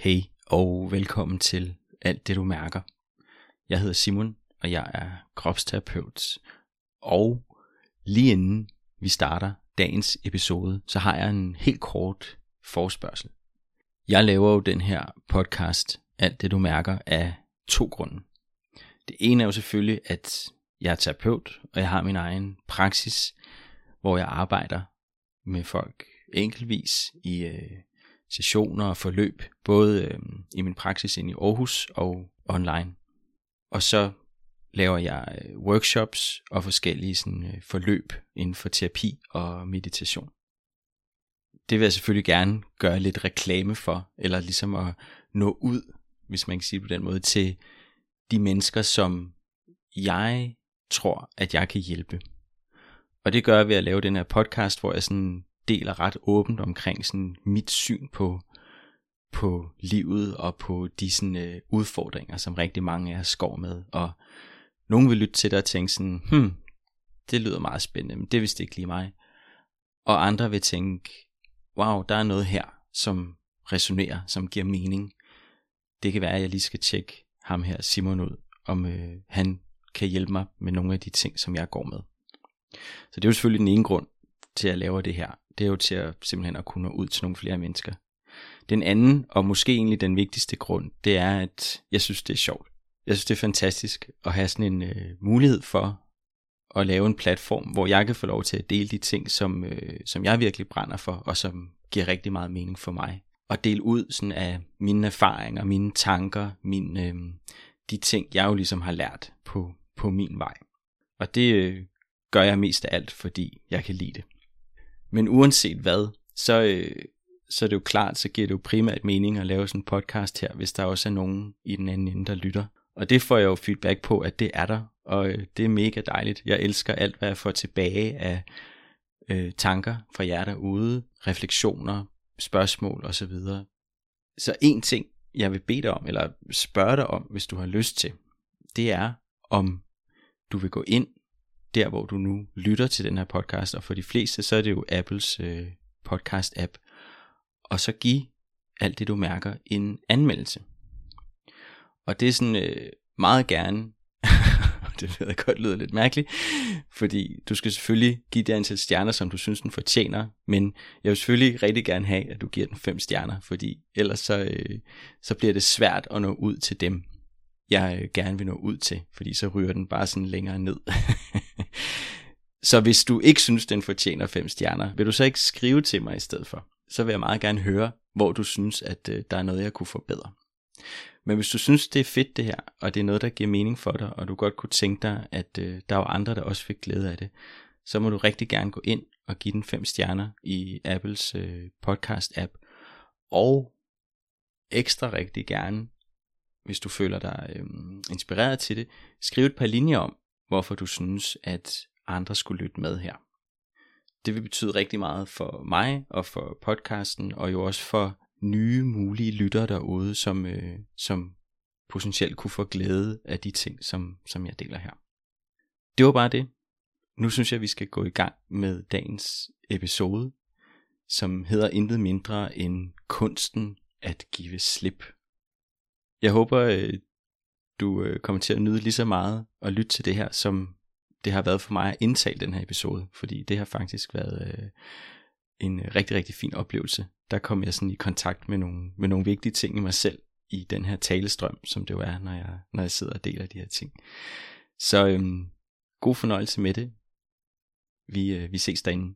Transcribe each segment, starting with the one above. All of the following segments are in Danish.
Hej og velkommen til Alt det du mærker. Jeg hedder Simon, og jeg er kropsterapeut. Og lige inden vi starter dagens episode, så har jeg en helt kort forespørgsel. Jeg laver jo den her podcast, Alt det du mærker, af to grunde. Det ene er jo selvfølgelig, at jeg er terapeut, og jeg har min egen praksis, hvor jeg arbejder med folk enkeltvis i sessioner og forløb, både i min praksis inde i Aarhus og online. Og så laver jeg workshops og forskellige forløb inden for terapi og meditation. Det vil jeg selvfølgelig gerne gøre lidt reklame for, eller ligesom at nå ud, hvis man kan sige det på den måde, til de mennesker, som jeg tror, at jeg kan hjælpe. Og det gør jeg ved at lave den her podcast, hvor jeg deler ret åbent omkring mit syn på livet og på de udfordringer, som rigtig mange af os går med. Og nogen vil lytte til det og tænke det lyder meget spændende, men det er vist ikke lige mig. Og andre vil tænke, wow, der er noget her, som resonerer, som giver mening. Det kan være, at jeg lige skal tjekke ham her, Simon, ud, om han kan hjælpe mig med nogle af de ting, som jeg går med. Så det er jo selvfølgelig den ene grund til at lave det her. Det er jo til at simpelthen at kunne nå ud til nogle flere mennesker. Den anden, og måske egentlig den vigtigste grund, det er, at jeg synes, det er sjovt. Jeg synes, det er fantastisk at have sådan en mulighed for at lave en platform, hvor jeg kan få lov til at dele de ting, som jeg virkelig brænder for, og som giver rigtig meget mening for mig. Og dele ud af mine erfaringer, mine tanker, de ting, jeg jo ligesom har lært på min vej. Og det gør jeg mest af alt, fordi jeg kan lide det. Men uanset hvad, så er det jo klart, så giver det jo primært mening at lave sådan en podcast her, hvis der også er nogen i den anden ende, der lytter. Og det får jeg jo feedback på, at det er der, og det er mega dejligt. Jeg elsker alt, hvad jeg får tilbage af tanker fra jer derude, refleksioner, spørgsmål osv. Så en ting, jeg vil bede dig om, eller spørge dig om, hvis du har lyst til, det er, om du vil gå ind der, hvor du nu lytter til den her podcast, og for de fleste, så er det jo Apples podcast-app, og så give alt det, du mærker, en anmeldelse. Og det er meget gerne, det ved jeg godt lyder lidt mærkeligt, fordi du skal selvfølgelig give det antal stjerner, som du synes, den fortjener, men jeg vil selvfølgelig rigtig gerne have, at du giver den 5 stjerner, fordi ellers så bliver det svært at nå ud til dem, jeg gerne vil nå ud til, fordi så ryger den bare længere ned. Så hvis du ikke synes, den fortjener 5 stjerner, vil du så ikke skrive til mig i stedet for? Så vil jeg meget gerne høre, hvor du synes, at der er noget, jeg kunne forbedre. Men hvis du synes, det er fedt det her, og det er noget, der giver mening for dig, og du godt kunne tænke dig, at der er andre, der også fik glæde af det, så må du rigtig gerne gå ind og give den 5 stjerner i Apples podcast-app. Og ekstra rigtig gerne, hvis du føler dig inspireret til det, skriv et par linjer om, hvorfor du synes, at andre skulle lytte med her. Det vil betyde rigtig meget for mig og for podcasten, og jo også for nye mulige lyttere derude, som potentielt kunne få glæde af de ting, som jeg deler her. Det var bare det. Nu synes jeg, vi skal gå i gang med dagens episode, som hedder intet mindre end kunsten at give slip. Jeg håber, du kommer til at nyde lige så meget og lytte til det her, som det har været for mig at indtale den her episode, fordi det har faktisk været en rigtig, rigtig fin oplevelse. Der kom jeg i kontakt med nogle vigtige ting i mig selv i den her talestrøm, som det jo er, når jeg sidder og deler de her ting. Så god fornøjelse med det. Vi ses derinde.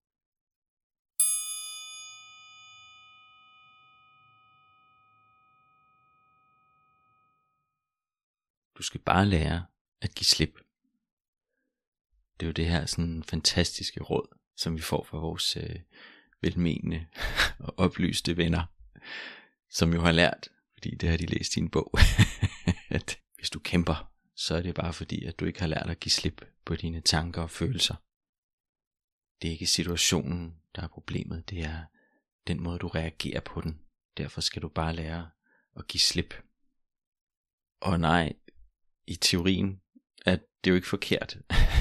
Du skal bare lære at give slip. Det er jo det her fantastiske råd, som vi får fra vores velmenende og oplyste venner, som jo har lært, fordi det har de læst i en bog, at hvis du kæmper, så er det bare fordi, at du ikke har lært at give slip på dine tanker og følelser. Det er ikke situationen, der er problemet, det er den måde, du reagerer på den. Derfor skal du bare lære at give slip. Og nej, i teorien er det jo ikke forkert.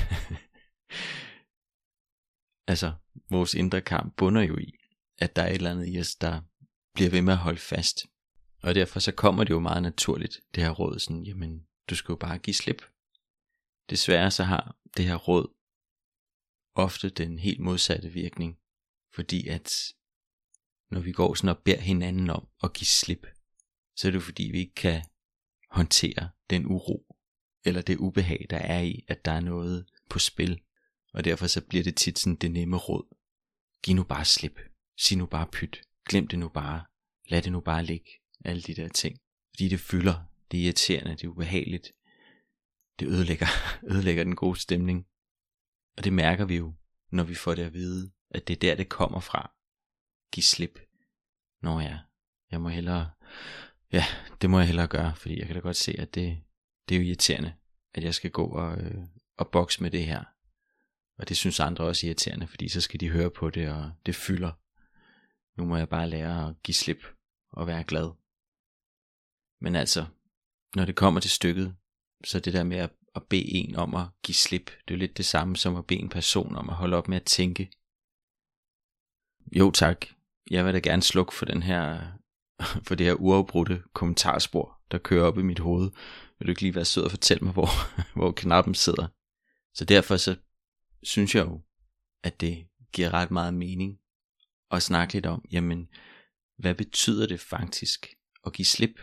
Altså, vores indre kamp bunder jo i, at der er et eller andet i os, der bliver ved med at holde fast Og derfor så kommer det jo meget naturligt, det her råd, sådan, jamen, du skal jo bare give slip. Desværre så har det her råd ofte den helt modsatte virkning, fordi at når vi går sådan og beder hinanden om at give slip, så er det jo fordi vi ikke kan håndtere den uro, eller det ubehag, der er i, at der er noget på spil. Og derfor så bliver det tit sådan det nemme råd. Giv nu bare slip. Sig nu bare pyt. Glem det nu bare. Lad det nu bare ligge. Alle de der ting. Fordi det fylder. Det er irriterende. Det er ubehageligt. Det ødelægger den gode stemning. Og det mærker vi jo, når vi får det at vide, at det er der, det kommer fra. Giv slip. Nå ja, jeg må hellere... Ja, det må jeg hellere gøre, fordi jeg kan da godt se, at det er jo irriterende, at jeg skal gå og bokse med det her. Og det synes andre også er irriterende, fordi så skal de høre på det, og det fylder. Nu må jeg bare lære at give slip og være glad. Men altså, når det kommer til stykket, så det der med at bede en om at give slip, det er jo lidt det samme som at bede en person om at holde op med at tænke. Jo tak, jeg vil da gerne slukke for for det her uafbrudte kommentarspor, der kører op i mit hoved. Vil du ikke lige være sød og fortælle mig, hvor knappen sidder? Så derfor så synes jeg jo, at det giver ret meget mening at snakke lidt om, jamen, hvad betyder det faktisk at give slip?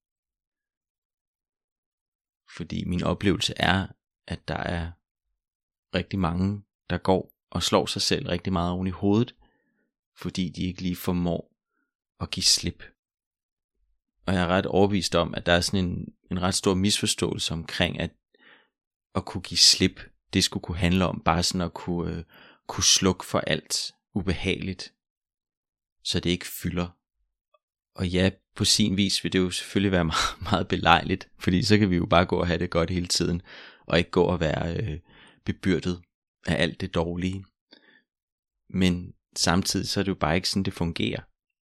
Fordi min oplevelse er, at der er rigtig mange, der går og slår sig selv rigtig meget oven i hovedet, fordi de ikke lige formår at give slip. Og jeg er ret overbevist om, at der er sådan en ret stor misforståelse omkring, at kunne give slip, det skulle kunne handle om bare sådan at kunne slukke for alt ubehageligt, så det ikke fylder. Og ja, på sin vis vil det jo selvfølgelig være meget, meget belejligt, fordi så kan vi jo bare gå og have det godt hele tiden, og ikke gå og være bebyrdet af alt det dårlige. Men samtidig så er det jo bare ikke sådan, det fungerer.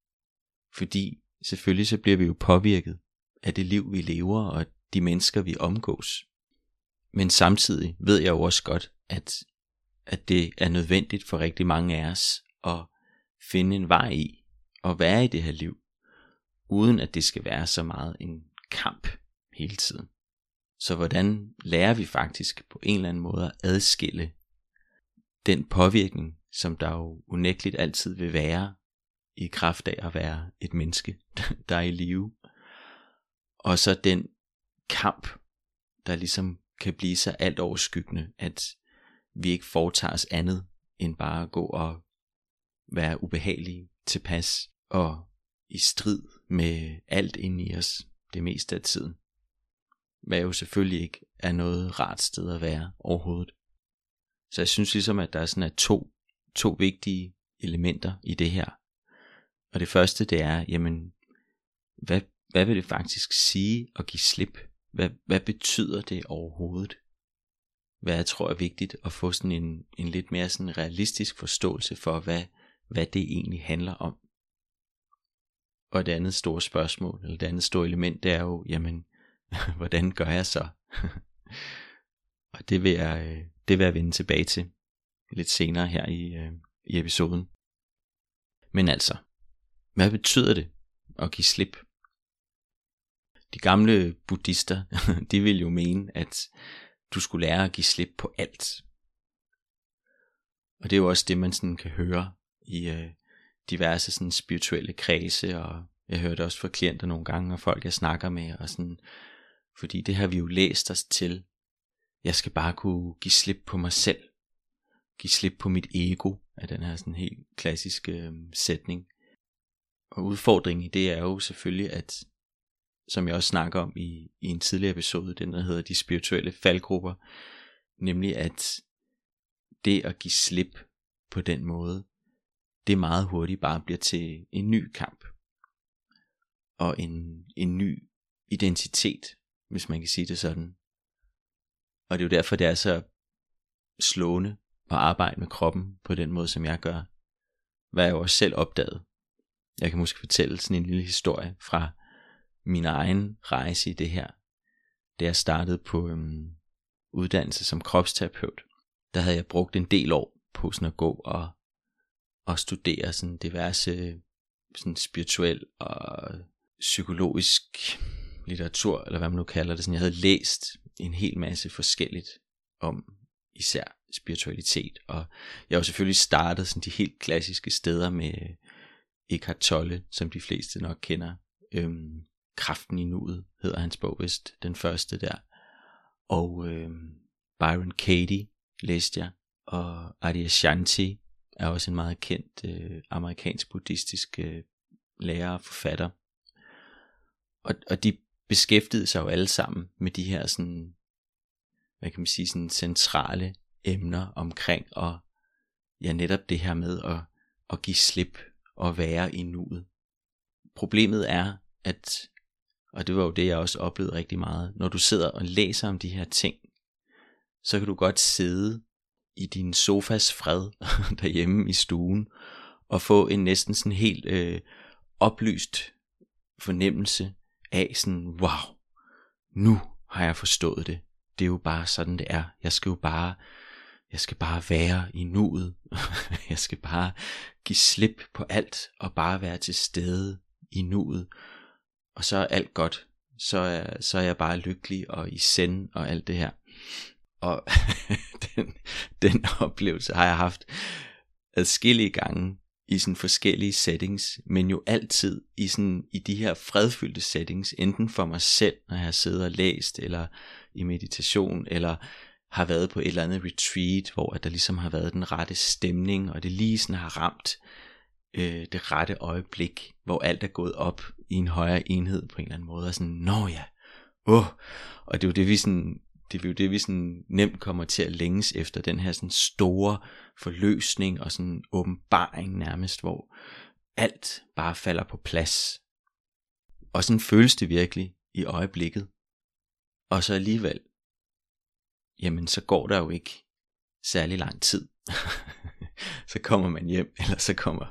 Fordi selvfølgelig så bliver vi jo påvirket af det liv, vi lever, og de mennesker, vi omgås. Men samtidig ved jeg jo også godt, at det er nødvendigt for rigtig mange af os at finde en vej i at være i det her liv, uden at det skal være så meget en kamp hele tiden. Så hvordan lærer vi faktisk på en eller anden måde at adskille den påvirkning, som der jo unægteligt altid vil være i kraft af at være et menneske, der er i live, og så den kamp, der ligesom kan blive så alt overskyggende, at vi ikke foretager os andet end bare at gå og være ubehagelige, tilpas og i strid med alt inde i os det meste af tiden. Hvad jo selvfølgelig ikke er noget rart sted at være overhovedet. Så jeg synes ligesom, at der er sådan to vigtige elementer i det her. Og det første, det er, jamen, hvad vil det faktisk sige at give slip? Hvad betyder det overhovedet? Hvad jeg tror er vigtigt at få sådan en lidt mere sådan realistisk forståelse for, hvad det egentlig handler om. Og det andet store spørgsmål, eller det andet store element, det er jo, jamen, hvordan gør jeg så? Og det vil jeg vende tilbage til lidt senere her i episoden. Men altså, hvad betyder det at give slip? De gamle buddhister, de ville jo mene, at du skulle lære at give slip på alt. Og det er jo også det, man sådan kan høre i diverse sådan spirituelle kredse, og jeg hørte også fra klienter nogle gange, og folk jeg snakker med, og sådan, fordi det har vi jo læst os til. Jeg skal bare kunne give slip på mig selv. Give slip på mit ego, er den her sådan helt klassiske sætning. Og udfordringen i det er jo selvfølgelig, at som jeg også snakker om i en tidligere episode, den der hedder de spirituelle faldgrupper, nemlig at det at give slip på den måde, det meget hurtigt bare bliver til en ny kamp. Og en ny identitet, hvis man kan sige det sådan. Og det er jo derfor, det er så slående at arbejde med kroppen på den måde, som jeg gør. Hvad jeg jo også selv opdaget. Jeg kan måske fortælle sådan en lille historie fra min egen rejse i det her. Da jeg startede på uddannelse som kropsterapeut, der havde jeg brugt en del år på sådan at gå og studere sådan diverse sådan spirituel og psykologisk litteratur, eller hvad man nu kalder det. Sådan, jeg havde læst en hel masse forskelligt om især spiritualitet, og jeg har jo selvfølgelig startet sådan de helt klassiske steder med Eckhart Tolle, som de fleste nok kender. Kraften i nuet hedder hans bog vist, den første der. Og Byron Katie læste jeg, og Adyashanti er også en meget kendt amerikansk buddhistisk lærer og forfatter. Og de beskæftigede sig jo alle sammen med de her sådan, hvad kan man sige, sådan centrale emner omkring, og ja, netop det her med at give slip og være i nuet. Problemet er, at, og det var jo det jeg også oplevede rigtig meget, når du sidder og læser om de her ting, så kan du godt sidde i din sofas fred derhjemme i stuen og få en næsten sådan helt oplyst fornemmelse af sådan, wow, nu har jeg forstået det. Det er jo bare sådan det er. Jeg skal bare være i nuet. Jeg skal bare give slip på alt og bare være til stede i nuet. Og så er alt godt. Så er jeg bare lykkelig og i zen og alt det her. Og den oplevelse har jeg haft adskillige gange i sådan forskellige settings, men jo altid i de her fredfyldte settings, enten for mig selv, når jeg har siddet og læst, eller i meditation, eller har været på et eller andet retreat, hvor der ligesom har været den rette stemning, og det lige sådan har ramt det rette øjeblik, hvor alt er gået op i en højere enhed på en eller anden måde, og sådan, nå ja, og det er jo det vi sådan nemt kommer til at længes efter, den her sådan store forløsning og sådan åbenbaring nærmest, hvor alt bare falder på plads. Og sådan føles det virkelig i øjeblikket. Og så alligevel, jamen så går der jo ikke særlig lang tid. Så kommer man hjem, eller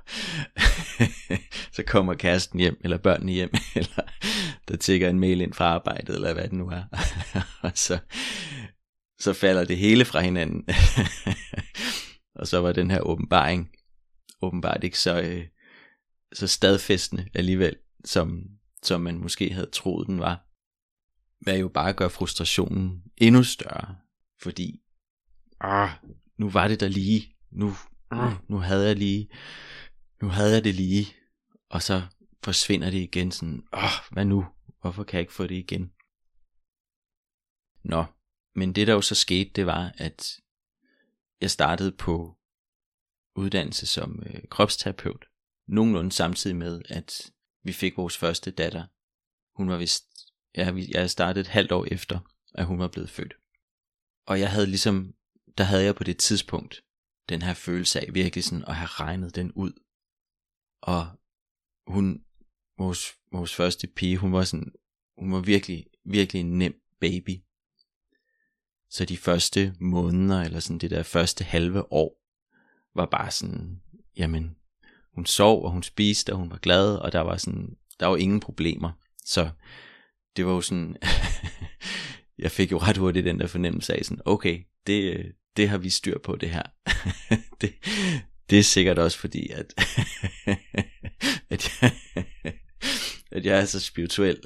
så kommer kæresten hjem, eller børnene hjem, eller der tikker en mail ind fra arbejdet, eller hvad det nu er. Og så falder det hele fra hinanden. Og så var den her åbenbaring åbenbart ikke så stadfæstende alligevel, som man måske havde troet den var. Hvad jo bare gør frustrationen endnu større, fordi nu var det der lige, nu havde jeg det lige, og så forsvinder det igen sådan, hvad nu, hvorfor kan jeg ikke få det igen? Nå, men det der jo så skete, det var, at jeg startede på uddannelse som kropsterapeut, nogenlunde samtidig med, at vi fik vores første datter. Hun var vist, jeg startede et halvt år efter, at hun var blevet født. Og jeg havde der havde jeg på det tidspunkt den her følelse af virkelig sådan at have regnet den ud. Og vores første pige, hun var virkelig, virkelig en nem baby. Så de første måneder, eller sådan det der første halve år, var bare sådan, jamen, hun sov, og hun spiste, og hun var glad, og der var ingen problemer. Så det var jo sådan, jeg fik jo ret hurtigt den der fornemmelse af sådan, okay, det har vi styr på det her. det er sikkert også fordi, at jeg er så spirituel,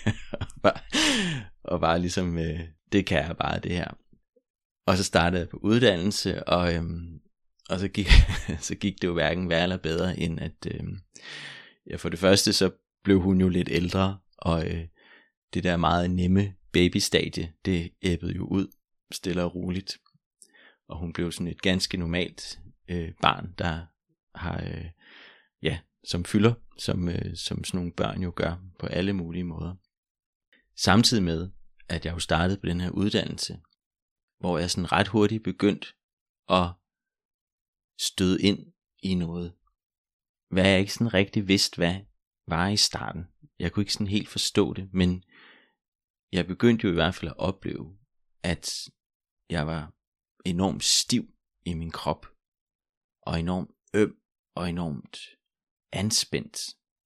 og bare ligesom, det kan jeg bare det her. Og så startede jeg på uddannelse, og så gik det jo hverken værre eller bedre, end at, for det første så blev hun jo lidt ældre, og det der meget nemme babystadie, det æbbede jo ud, stille og roligt. Og hun blev sådan et ganske normalt barn, der har, som fylder, som sådan nogle børn jo gør på alle mulige måder. Samtidig med, at jeg jo startede på den her uddannelse, hvor jeg sådan ret hurtigt begyndte at støde ind i noget, hvad jeg ikke sådan rigtig vidste, hvad var i starten. Jeg kunne ikke sådan helt forstå det, men jeg begyndte jo i hvert fald at opleve, at jeg var enormt stiv i min krop, og enormt øm, og enormt anspændt,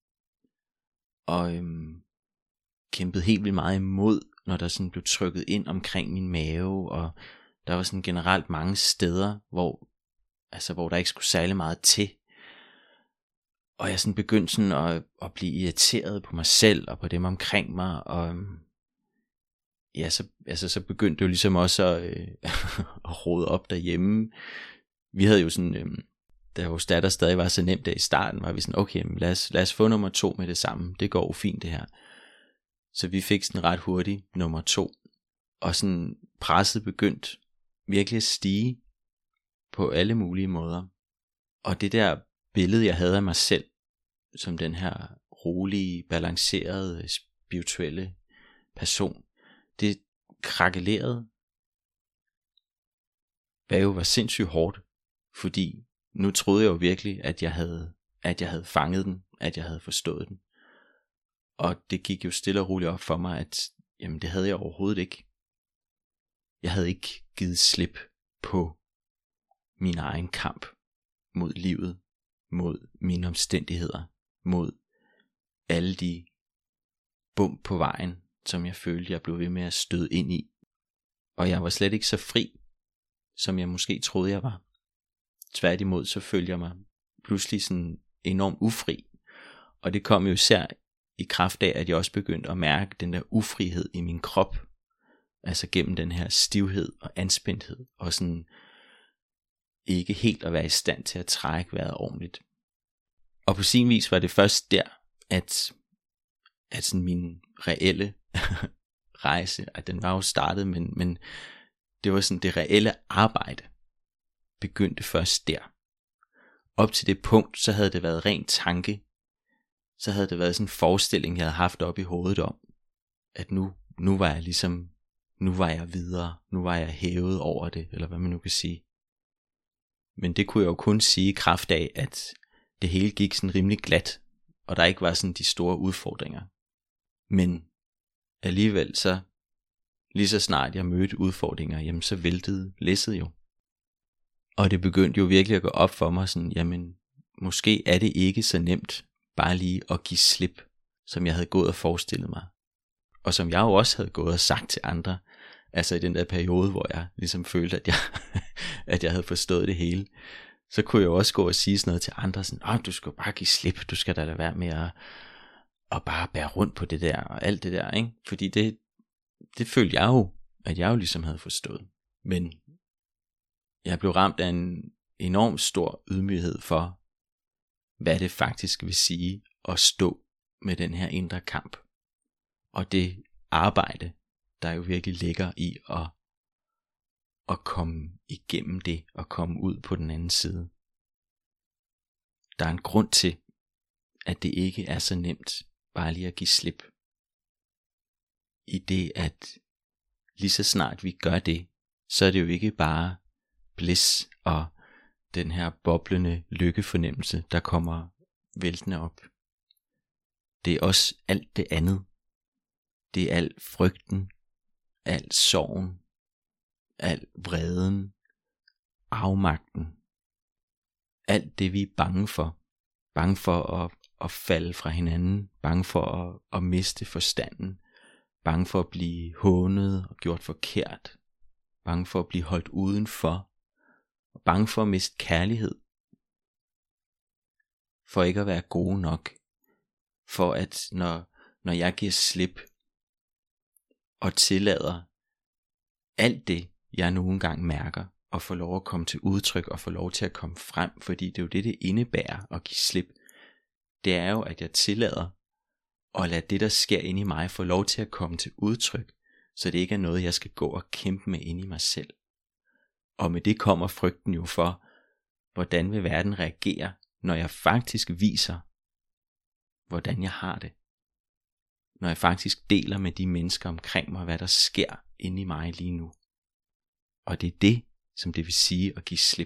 og kæmpede helt vildt meget imod, når der sådan blev trykket ind omkring min mave, og der var sådan generelt mange steder, hvor der ikke skulle særlig meget til. Og jeg sådan begyndte sådan at blive irriteret på mig selv og på dem omkring mig, og ja, så begyndte det jo ligesom også at rode op derhjemme. Vi havde jo sådan, da vores datter stadig var så nemt der i starten, var vi sådan, okay, lad os få nummer 2 med det samme, det går jo fint det her. Så vi fik sådan ret hurtigt nummer 2, og sådan presset begyndte virkelig at stige på alle mulige måder. Og det der billede, jeg havde af mig selv, som den her rolige, balancerede, spirituelle person, det krakelerede, hvad jo var sindssygt hårdt, fordi nu troede jeg jo virkelig, at jeg havde fanget den, at jeg havde forstået den. Og det gik jo stille og roligt op for mig, at jamen, det havde jeg overhovedet ikke. Jeg havde ikke givet slip på min egen kamp mod livet, mod mine omstændigheder, mod alle de bump på vejen, som jeg følte, jeg blev ved med at støde ind i. Og jeg var slet ikke så fri, som jeg måske troede, jeg var. Tværtimod så følte jeg mig pludselig sådan enormt ufri. Og det kom jo især i kraft af, at jeg også begyndte at mærke den der ufrihed i min krop. Altså gennem den her stivhed og anspændthed, og sådan ikke helt at være i stand til at trække vejret ordentligt. Og på sin vis var det først der, at sådan min reelle rejse, at den var jo startet, men det var sådan det reelle arbejde, begyndte først der. Op til det punkt, så havde det været ren tanke, så havde det været sådan en forestilling, jeg havde haft op i hovedet om, at nu var jeg ligesom, nu var jeg videre, nu var jeg hævet over det, eller hvad man nu kan sige. Men det kunne jeg jo kun sige i kraft af, at det hele gik sådan rimelig glat, og der ikke var sådan de store udfordringer. Men alligevel så, lige så snart jeg mødte udfordringer, jamen så væltede læsset jo. Og det begyndte jo virkelig at gå op for mig sådan, jamen måske er det ikke så nemt bare lige at give slip, som jeg havde gået og forestillet mig. Og som jeg jo også havde gået og sagt til andre, altså i den der periode, hvor jeg ligesom følte, at jeg havde forstået det hele. Så kunne jeg jo også gå og sige sådan noget til andre, sådan, du skal bare give slip, du skal da lade være med at bare bære rundt på det der, og alt det der, ikke? Fordi det følte jeg jo, at jeg jo ligesom havde forstået. Men jeg blev ramt af en enorm stor ydmyghed for, hvad det faktisk vil sige at stå med den her indre kamp. Og det arbejde, der jo virkelig ligger i at komme igennem det og komme ud på den anden side. Der er en grund til, at det ikke er så nemt bare lige at give slip. I det, at lige så snart vi gør det, så er det jo ikke bare bliss og den her boblende lykkefornemmelse, der kommer væltende op. Det er også alt det andet. Det er al frygten, al sorgen, al vreden, afmagten. Alt det vi er bange for. Bange for at falde fra hinanden. Bange for at miste forstanden. Bange for at blive hånet og gjort forkert. Bange for at blive holdt udenfor. Og bange for at miste kærlighed. For ikke at være gode nok. For at når jeg giver slip og tillader alt det, jeg nogle gange mærker, og får lov at komme til udtryk og få lov til at komme frem, fordi det er jo det indebærer at give slip. Det er jo, at jeg tillader at lade det, der sker inde i mig, få lov til at komme til udtryk, så det ikke er noget, jeg skal gå og kæmpe med inde i mig selv. Og med det kommer frygten jo for, hvordan vil verden reagere, når jeg faktisk viser, hvordan jeg har det. Når jeg faktisk deler med de mennesker omkring mig, hvad der sker inde i mig lige nu. Og det er det, som det vil sige at give slip.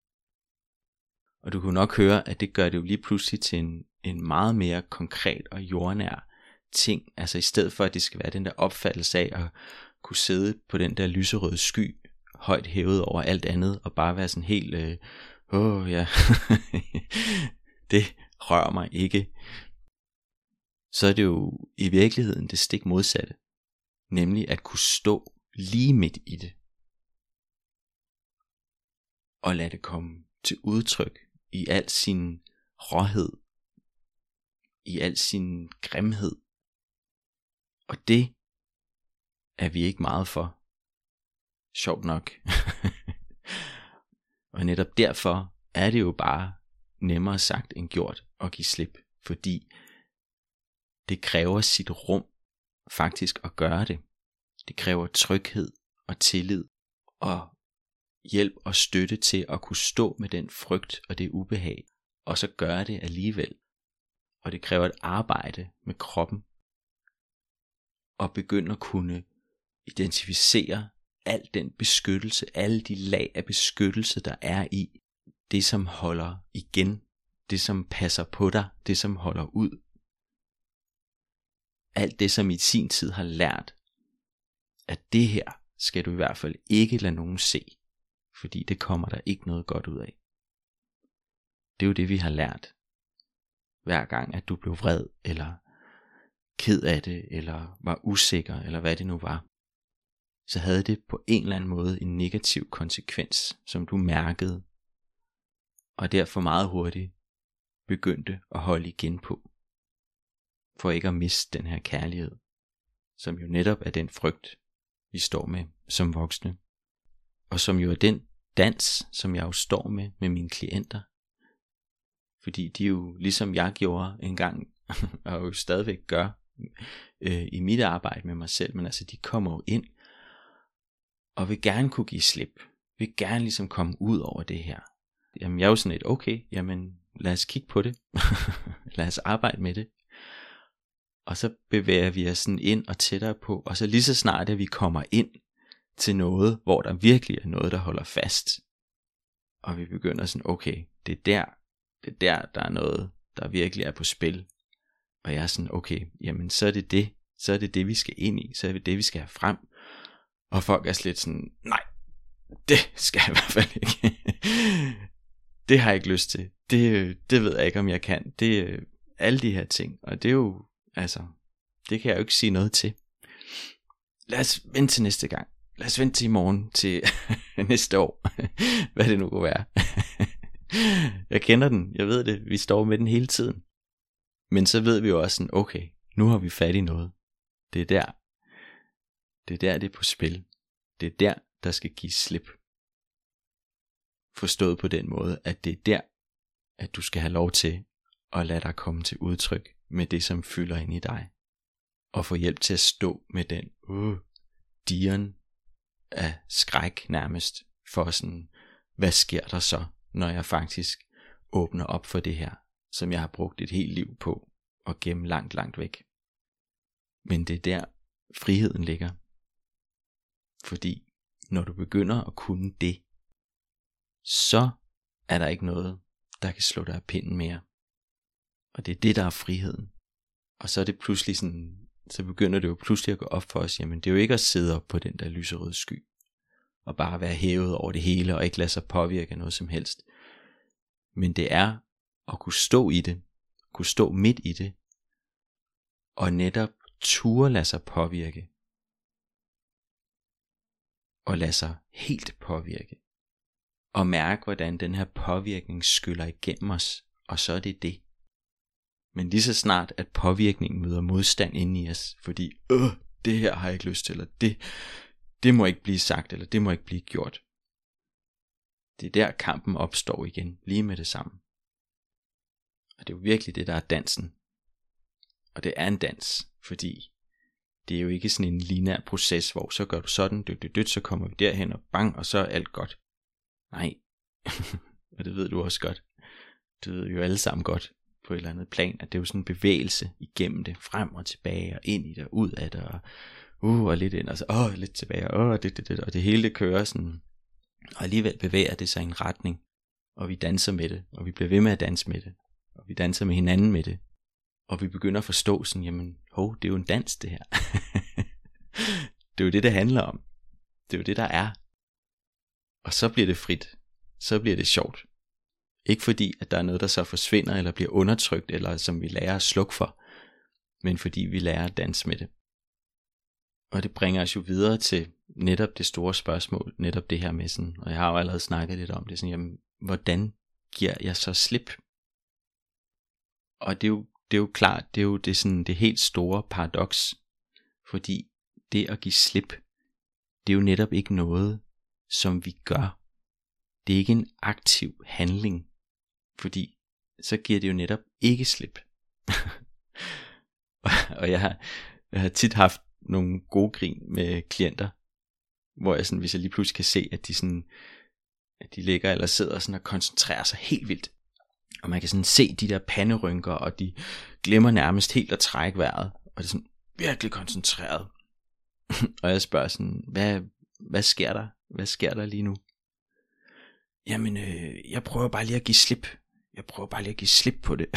Og du kunne nok høre, at det gør det jo lige pludselig til en meget mere konkret og jordnær ting. Altså i stedet for, at det skal være den der opfattelse af at kunne sidde på den der lyserøde sky, højt hævet over alt andet, og bare være sådan helt, ja, det rører mig ikke. Så er det jo i virkeligheden det stik modsatte. Nemlig at kunne stå lige midt i det. Og lade det komme til udtryk i al sin råhed, i al sin grimhed. Og det er vi ikke meget for. Sjovt nok. Og netop derfor er det jo bare nemmere sagt end gjort at give slip, fordi det kræver sit rum faktisk at gøre det. Det kræver tryghed og tillid og hjælp og støtte til at kunne stå med den frygt og det ubehag, og så gøre det alligevel. Og det kræver et arbejde med kroppen, og begynde at kunne identificere al den beskyttelse, alle de lag af beskyttelse, der er i det, som holder igen, det som passer på dig, det som holder ud. Alt det, som i sin tid har lært, at det her skal du i hvert fald ikke lade nogen se, fordi det kommer der ikke noget godt ud af. Det er jo det, vi har lært. Hver gang, at du blev vred, eller ked af det, eller var usikker, eller hvad det nu var, så havde det på en eller anden måde en negativ konsekvens, som du mærkede, og derfor meget hurtigt begyndte at holde igen på, for ikke at miste den her kærlighed, som jo netop er den frygt, vi står med som voksne, og som jo er den dans, som jeg jo står med mine klienter, fordi de jo, ligesom jeg gjorde engang, og jo stadigvæk gør i mit arbejde med mig selv, men altså de kommer jo ind, og vil gerne kunne give slip, vil gerne ligesom komme ud over det her. Jamen jeg er jo sådan et, okay, jamen lad os kigge på det, lad os arbejde med det, og så bevæger vi os sådan ind og tættere på, og så lige så snart at vi kommer ind til noget, hvor der virkelig er noget, der holder fast, og vi begynder sådan, okay, det er der er noget, der virkelig er på spil, og jeg er sådan, okay, jamen så er det det vi skal ind i, så er det det vi skal have frem, og folk er slet sådan, nej, det skal jeg i hvert fald ikke, det har jeg ikke lyst til, det ved jeg ikke om jeg kan, det alle de her ting, og det er jo, altså, det kan jeg jo ikke sige noget til. Lad os vente til næste gang. Lad os vente til i morgen, til næste år. Hvad det nu kunne være. Jeg kender den, jeg ved det, vi står med den hele tiden. Men så ved vi jo også sådan, okay, nu har vi fat i noget. Det er der det er på spil. Det er der skal gives slip. Forstået på den måde, at det er der, at du skal have lov til at lade dig komme til udtryk med det, som fylder ind i dig. Og få hjælp til at stå med den dieren af skræk nærmest, for sådan, hvad sker der så, når jeg faktisk åbner op for det her, som jeg har brugt et helt liv på at gemme langt, langt væk. Men det er der friheden ligger. Fordi når du begynder at kunne det, så er der ikke noget, der kan slå dig af pinden mere. Og det er det, der er friheden. Og så er det pludselig sådan, så begynder det jo pludselig at gå op for os, jamen det er jo ikke at sidde op på den der lyserøde sky, og bare være hævet over det hele, og ikke lade sig påvirke af noget som helst. Men det er at kunne stå i det, kunne stå midt i det, og netop ture lade sig påvirke, og lade sig helt påvirke, og mærke hvordan den her påvirkning skyller igennem os, og så er det det. Men lige så snart at påvirkningen møder modstand inde i os, fordi det her har jeg ikke lyst til, eller det må ikke blive sagt, eller det må ikke blive gjort. Det er der kampen opstår igen, lige med det samme. Og det er jo virkelig det, der er dansen. Og det er en dans, fordi det er jo ikke sådan en lineær proces, hvor så gør du sådan, så kommer vi derhen, og bang, og så er alt godt. Nej, og det ved du også godt. Det ved vi jo alle sammen godt på et eller andet plan, at det er jo sådan en bevægelse igennem det, frem og tilbage, og ind i det, og ud af det, og lidt ind, og så lidt tilbage, og det hele det kører sådan, og alligevel bevæger det sig i en retning, og vi danser med det, og vi bliver ved med at danse med det, og vi danser med hinanden med det, og vi begynder at forstå sådan, jamen, det er jo en dans det her. Det er jo det handler om. Det er jo det, der er. Og så bliver det frit. Så bliver det sjovt. Ikke fordi, at der er noget, der så forsvinder, eller bliver undertrykt, eller som vi lærer at slukke for, men fordi vi lærer at danse med det. Og det bringer os jo videre til netop det store spørgsmål, netop det her med sådan, og jeg har jo allerede snakket lidt om det, sådan, jamen, hvordan giver jeg så slip? Og det er jo det er jo klart, det er jo det helt store paradoks, fordi det at give slip, det er jo netop ikke noget, som vi gør. Det er ikke en aktiv handling, fordi så giver det jo netop ikke slip. Og jeg har tit haft nogle gode grin med klienter, hvor jeg sådan, hvis jeg lige pludselig kan se, at de ligger eller sidder sådan og koncentrerer sig helt vildt, og man kan sådan se de der panderynker, og de glemmer nærmest helt at trække vejret, og det er sådan virkelig koncentreret. Og jeg spørger sådan, hvad sker der? Hvad sker der lige nu? Jamen, jeg prøver bare lige at give slip. Jeg prøver bare lige at give slip på det.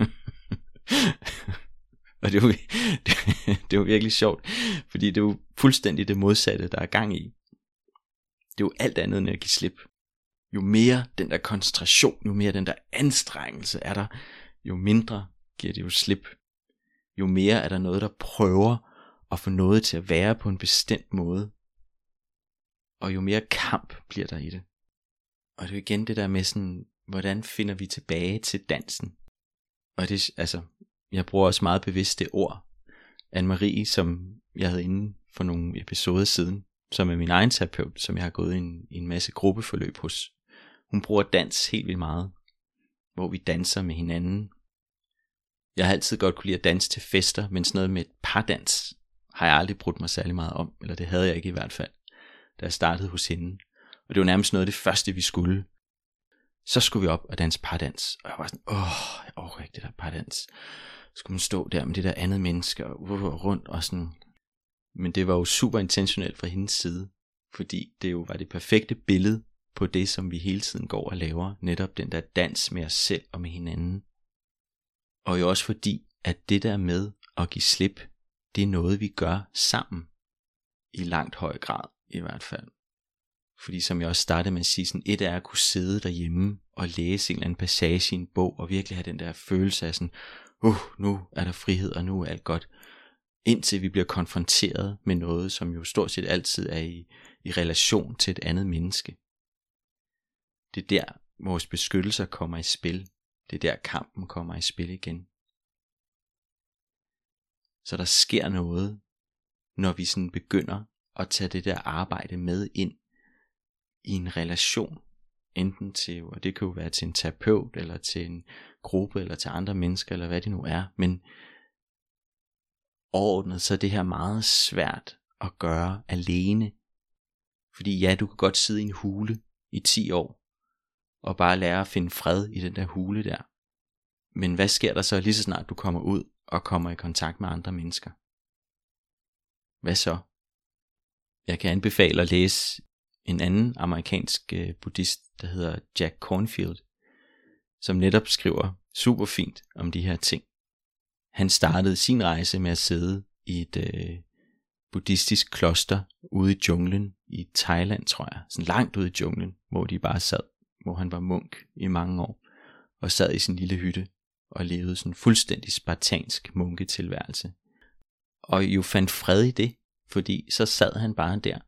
Og det er jo virkelig sjovt, fordi det er jo fuldstændig det modsatte, der er gang i. Det er jo alt andet end at give slip. Jo mere den der koncentration, jo mere den der anstrengelse er der, jo mindre giver det jo slip. Jo mere er der noget, der prøver at få noget til at være på en bestemt måde. Og jo mere kamp bliver der i det. Og det er jo igen det der med sådan, hvordan finder vi tilbage til dansen? Og det, altså, jeg bruger også meget bevidst det ord, Anne-Marie, som jeg havde inde for nogle episoder siden, som er min egen terapeut, som jeg har gået i en masse gruppeforløb hos. Hun bruger dans helt vildt meget, hvor vi danser med hinanden. Jeg har altid godt kunne lide at danse til fester, men sådan noget med et pardans har jeg aldrig brudt mig særlig meget om, eller det havde jeg ikke i hvert fald, da jeg startede hos hende. Og det var nærmest noget af det første, vi skulle. Så skulle vi op og danse pardans, og jeg var sådan, jeg overgår ikke det der pardans. Så skulle man stå der med det der andet menneske og rundt og sådan. Men det var jo super intentionelt fra hendes side, fordi det jo var det perfekte billede på det, som vi hele tiden går og laver, netop den der dans med os selv og med hinanden. Og jo også fordi, at det der med at give slip, det er noget, vi gør sammen, i langt høj grad i hvert fald. Fordi som jeg også startede med at sige, sådan, et er at kunne sidde derhjemme og læse en eller anden passage i en bog, og virkelig have den der følelse af sådan, nu er der frihed, og nu er alt godt. Indtil vi bliver konfronteret med noget, som jo stort set altid er i relation til et andet menneske. Det er der, vores beskyttelser kommer i spil. Det er der, kampen kommer i spil igen. Så der sker noget, når vi sådan begynder at tage det der arbejde med ind i en relation. Enten til, og det kan jo være til en terapeut, eller til en gruppe, eller til andre mennesker, eller hvad det nu er. Men overordnet, så er det her meget svært at gøre alene. Fordi ja, du kan godt sidde i en hule i 10 år, og bare lære at finde fred i den der hule der. Men hvad sker der så lige så snart du kommer ud, og kommer i kontakt med andre mennesker? Hvad så? Jeg kan anbefale at læse en anden amerikansk buddhist, der hedder Jack Kornfield, som netop skriver super fint om de her ting. Han startede sin rejse med at sidde i et buddhistisk kloster ude i junglen i Thailand, tror jeg. Sådan langt ude i junglen, hvor de bare sad, hvor han var munk i mange år, og sad i sin lille hytte og levede sådan fuldstændig spartansk munketilværelse. Og jo fandt fred i det, fordi så sad han bare der.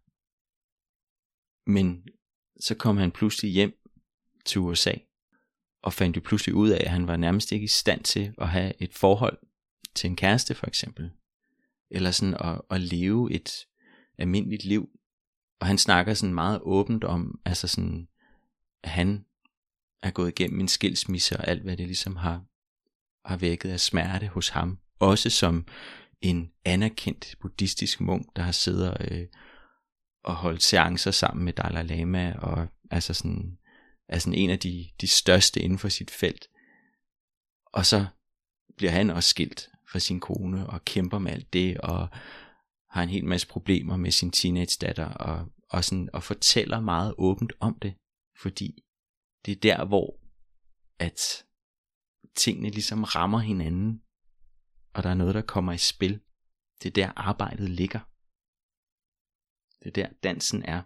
Men så kom han pludselig hjem til USA, og fandt jo pludselig ud af, at han var nærmest ikke i stand til at have et forhold til en kæreste for eksempel, eller sådan at leve et almindeligt liv. Og han snakker sådan meget åbent om, altså sådan, at han er gået igennem en skilsmisse, og alt hvad det ligesom har vækket af smerte hos ham. Også som en anerkendt buddhistisk munk, der har siddet og holdt seancer sammen med Dalai Lama, og altså sådan, er sådan en af de største inden for sit felt. Og så bliver han også skilt fra sin kone, og kæmper med alt det, og har en hel masse problemer med sin teenage-datter, og sådan, og fortæller meget åbent om det, fordi det er der, hvor at tingene ligesom rammer hinanden, og der er noget, der kommer i spil. Det er der arbejdet ligger. Det er der dansen er.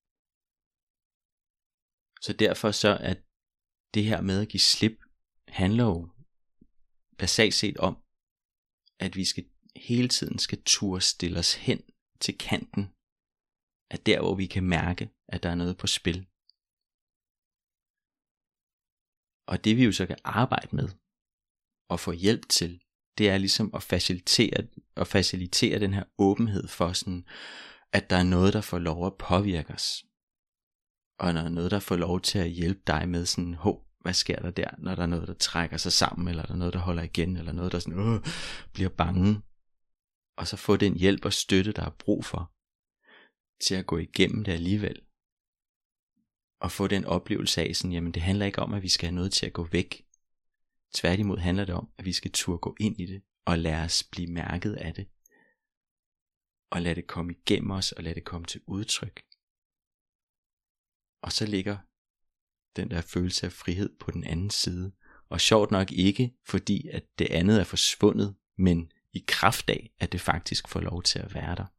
Så derfor så at det her med at give slip handler jo basalt set om, at vi hele tiden skal turde stille os hen til kanten af der, hvor vi kan mærke, at der er noget på spil. Og det vi jo så kan arbejde med, at få hjælp til, det er ligesom at facilitere den her åbenhed for sådan, at der er noget, der får lov at påvirke os. Og når der er noget, der får lov til at hjælpe dig med sådan, hvad sker der der, når der er noget, der trækker sig sammen, eller der er noget, der holder igen, eller noget, der sådan, bliver bange. Og så få den hjælp og støtte, der er brug for, til at gå igennem det alligevel. Og få den oplevelse af sådan, jamen det handler ikke om, at vi skal have noget til at gå væk. Tværtimod handler det om, at vi skal turde gå ind i det, og lade os blive mærket af det. Og lade det komme igennem os, og lade det komme til udtryk. Og så ligger den der følelse af frihed på den anden side. Og sjovt nok ikke, fordi at det andet er forsvundet, men i kraft af, at det faktisk får lov til at være der.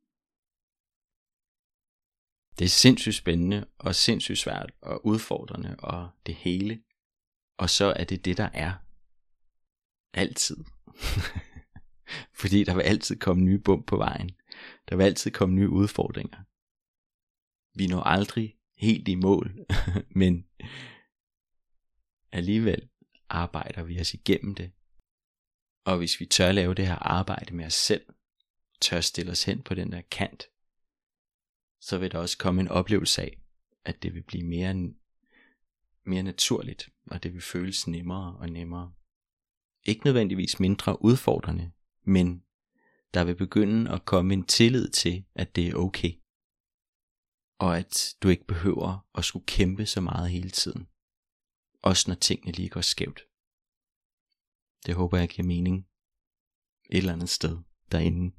Det er sindssygt spændende, og sindssygt svært, og udfordrende, og det hele. Og så er det der er. Altid. Fordi der vil altid komme nye bump på vejen. Der vil altid komme nye udfordringer. Vi når aldrig helt i mål, men alligevel arbejder vi os igennem det. Og hvis vi tør lave det her arbejde med os selv, tør stille os hen på den der kant, så vil der også komme en oplevelse af, at det vil blive mere naturligt, og det vil føles nemmere og nemmere. Ikke nødvendigvis mindre udfordrende, men der vil begynde at komme en tillid til, at det er okay. Og at du ikke behøver at skulle kæmpe så meget hele tiden. Også når tingene lige går skævt. Det håber jeg giver mening et eller andet sted derinde.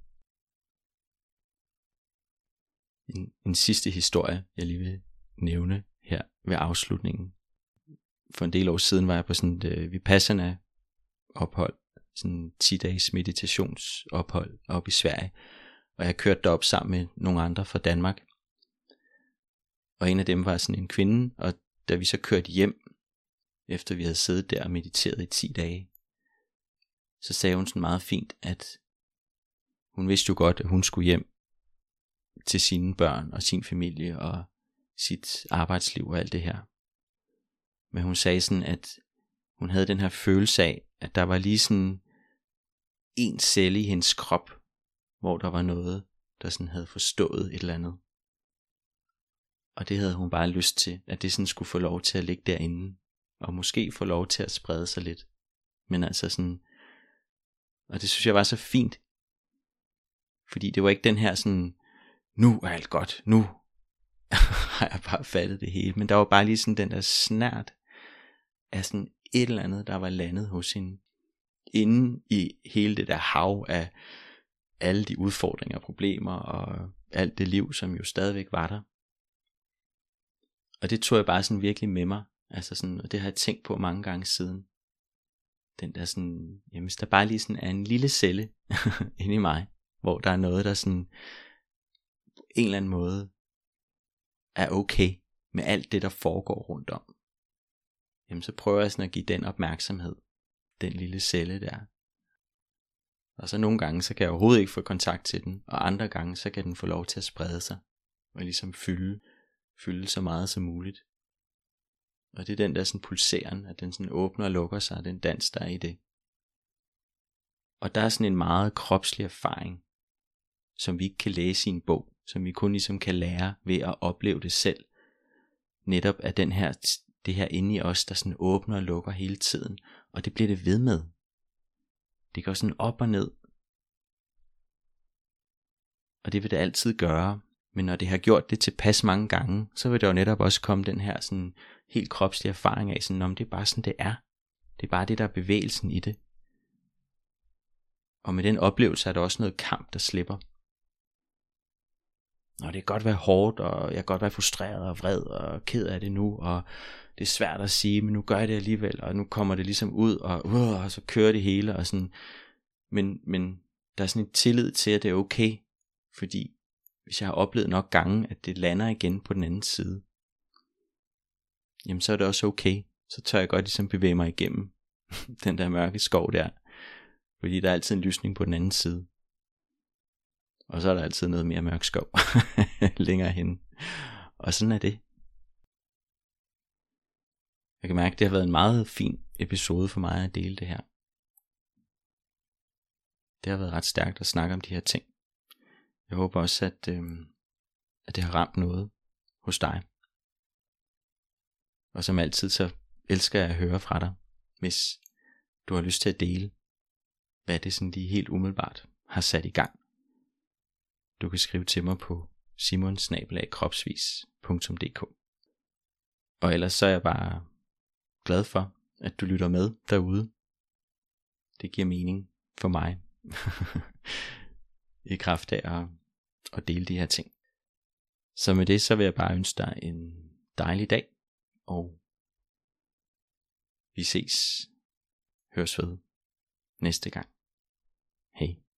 En sidste historie, jeg lige vil nævne her ved afslutningen. For en del år siden var jeg på sådan et Vipassana ophold, sådan 10-dages meditationsophold oppe i Sverige, og jeg kørte derop sammen med nogle andre fra Danmark. Og en af dem var sådan en kvinde, og da vi så kørte hjem, efter vi havde siddet der og mediteret i 10 dage, så sagde hun sådan meget fint, at hun vidste jo godt, at hun skulle hjem til sine børn og sin familie og sit arbejdsliv og alt det her. Men hun sagde sådan, at hun havde den her følelse af, at der var lige sådan en celle i hendes krop, hvor der var noget, der sådan havde forstået et eller andet. Og det havde hun bare lyst til, at det sådan skulle få lov til at ligge derinde, og måske få lov til at sprede sig lidt. Men altså sådan, og det synes jeg var så fint, fordi det var ikke den her sådan, nu er alt godt, nu har jeg bare fattet det hele, men der var bare lige sådan den der snert af sådan et eller andet, der var landet hos hende, inde i hele det der hav af alle de udfordringer og problemer, og alt det liv, som jo stadigvæk var der. Og det tog jeg bare sådan virkelig med mig, altså sådan, og det har jeg tænkt på mange gange siden. Den der sådan, jamen hvis der bare lige sådan er en lille celle inde i mig, hvor der er noget, der sådan på en eller anden måde er okay med alt det, der foregår rundt om. Jamen så prøver jeg sådan at give den opmærksomhed, den lille celle der. Og så nogle gange, så kan jeg overhovedet ikke få kontakt til den, og andre gange, så kan den få lov til at sprede sig, og ligesom fylde så meget som muligt. Og det er den der sådan pulseren, at den sådan åbner og lukker sig, den dans der er i det. Og der er sådan en meget kropslig erfaring, som vi ikke kan læse i en bog, som vi kun ligesom kan lære ved at opleve det selv. Netop af det her inde i os, der sådan åbner og lukker hele tiden, og det bliver det ved med. Det går sådan op og ned. Og det vil det altid gøre. Men når det har gjort det tilpas mange gange, så vil der jo netop også komme den her sådan helt kropslige erfaring af, sådan, om det er bare sådan det er. Det er bare det, der er bevægelsen i det. Og med den oplevelse er der også noget kamp, der slipper. Og det kan godt være hårdt, og jeg kan godt være frustreret og vred og ked af det nu, og det er svært at sige, men nu gør jeg det alligevel, og nu kommer det ligesom ud, og så kører det hele, og sådan. Men der er sådan en tillid til, at det er okay, fordi hvis jeg har oplevet nok gange, at det lander igen på den anden side, jamen så er det også okay. Så tør jeg godt ligesom bevæge mig igennem den der mørke skov der, fordi der er altid en lysning på den anden side. Og så er der altid noget mere mørk skov længere hen. Og sådan er det. Jeg kan mærke, at det har været en meget fin episode for mig at dele det her. Det har været ret stærkt at snakke om de her ting. Jeg håber også, at det har ramt noget hos dig. Og som altid, så elsker jeg at høre fra dig, hvis du har lyst til at dele, hvad det sådan lige helt umiddelbart har sat i gang. Du kan skrive til mig på simon@kropsvis.dk. Og ellers så er jeg bare glad for, at du lytter med derude. Det giver mening for mig i kraft af at dele de her ting. Så med det, så vil jeg bare ønske dig en dejlig dag, og vi høres ved næste gang. Hej.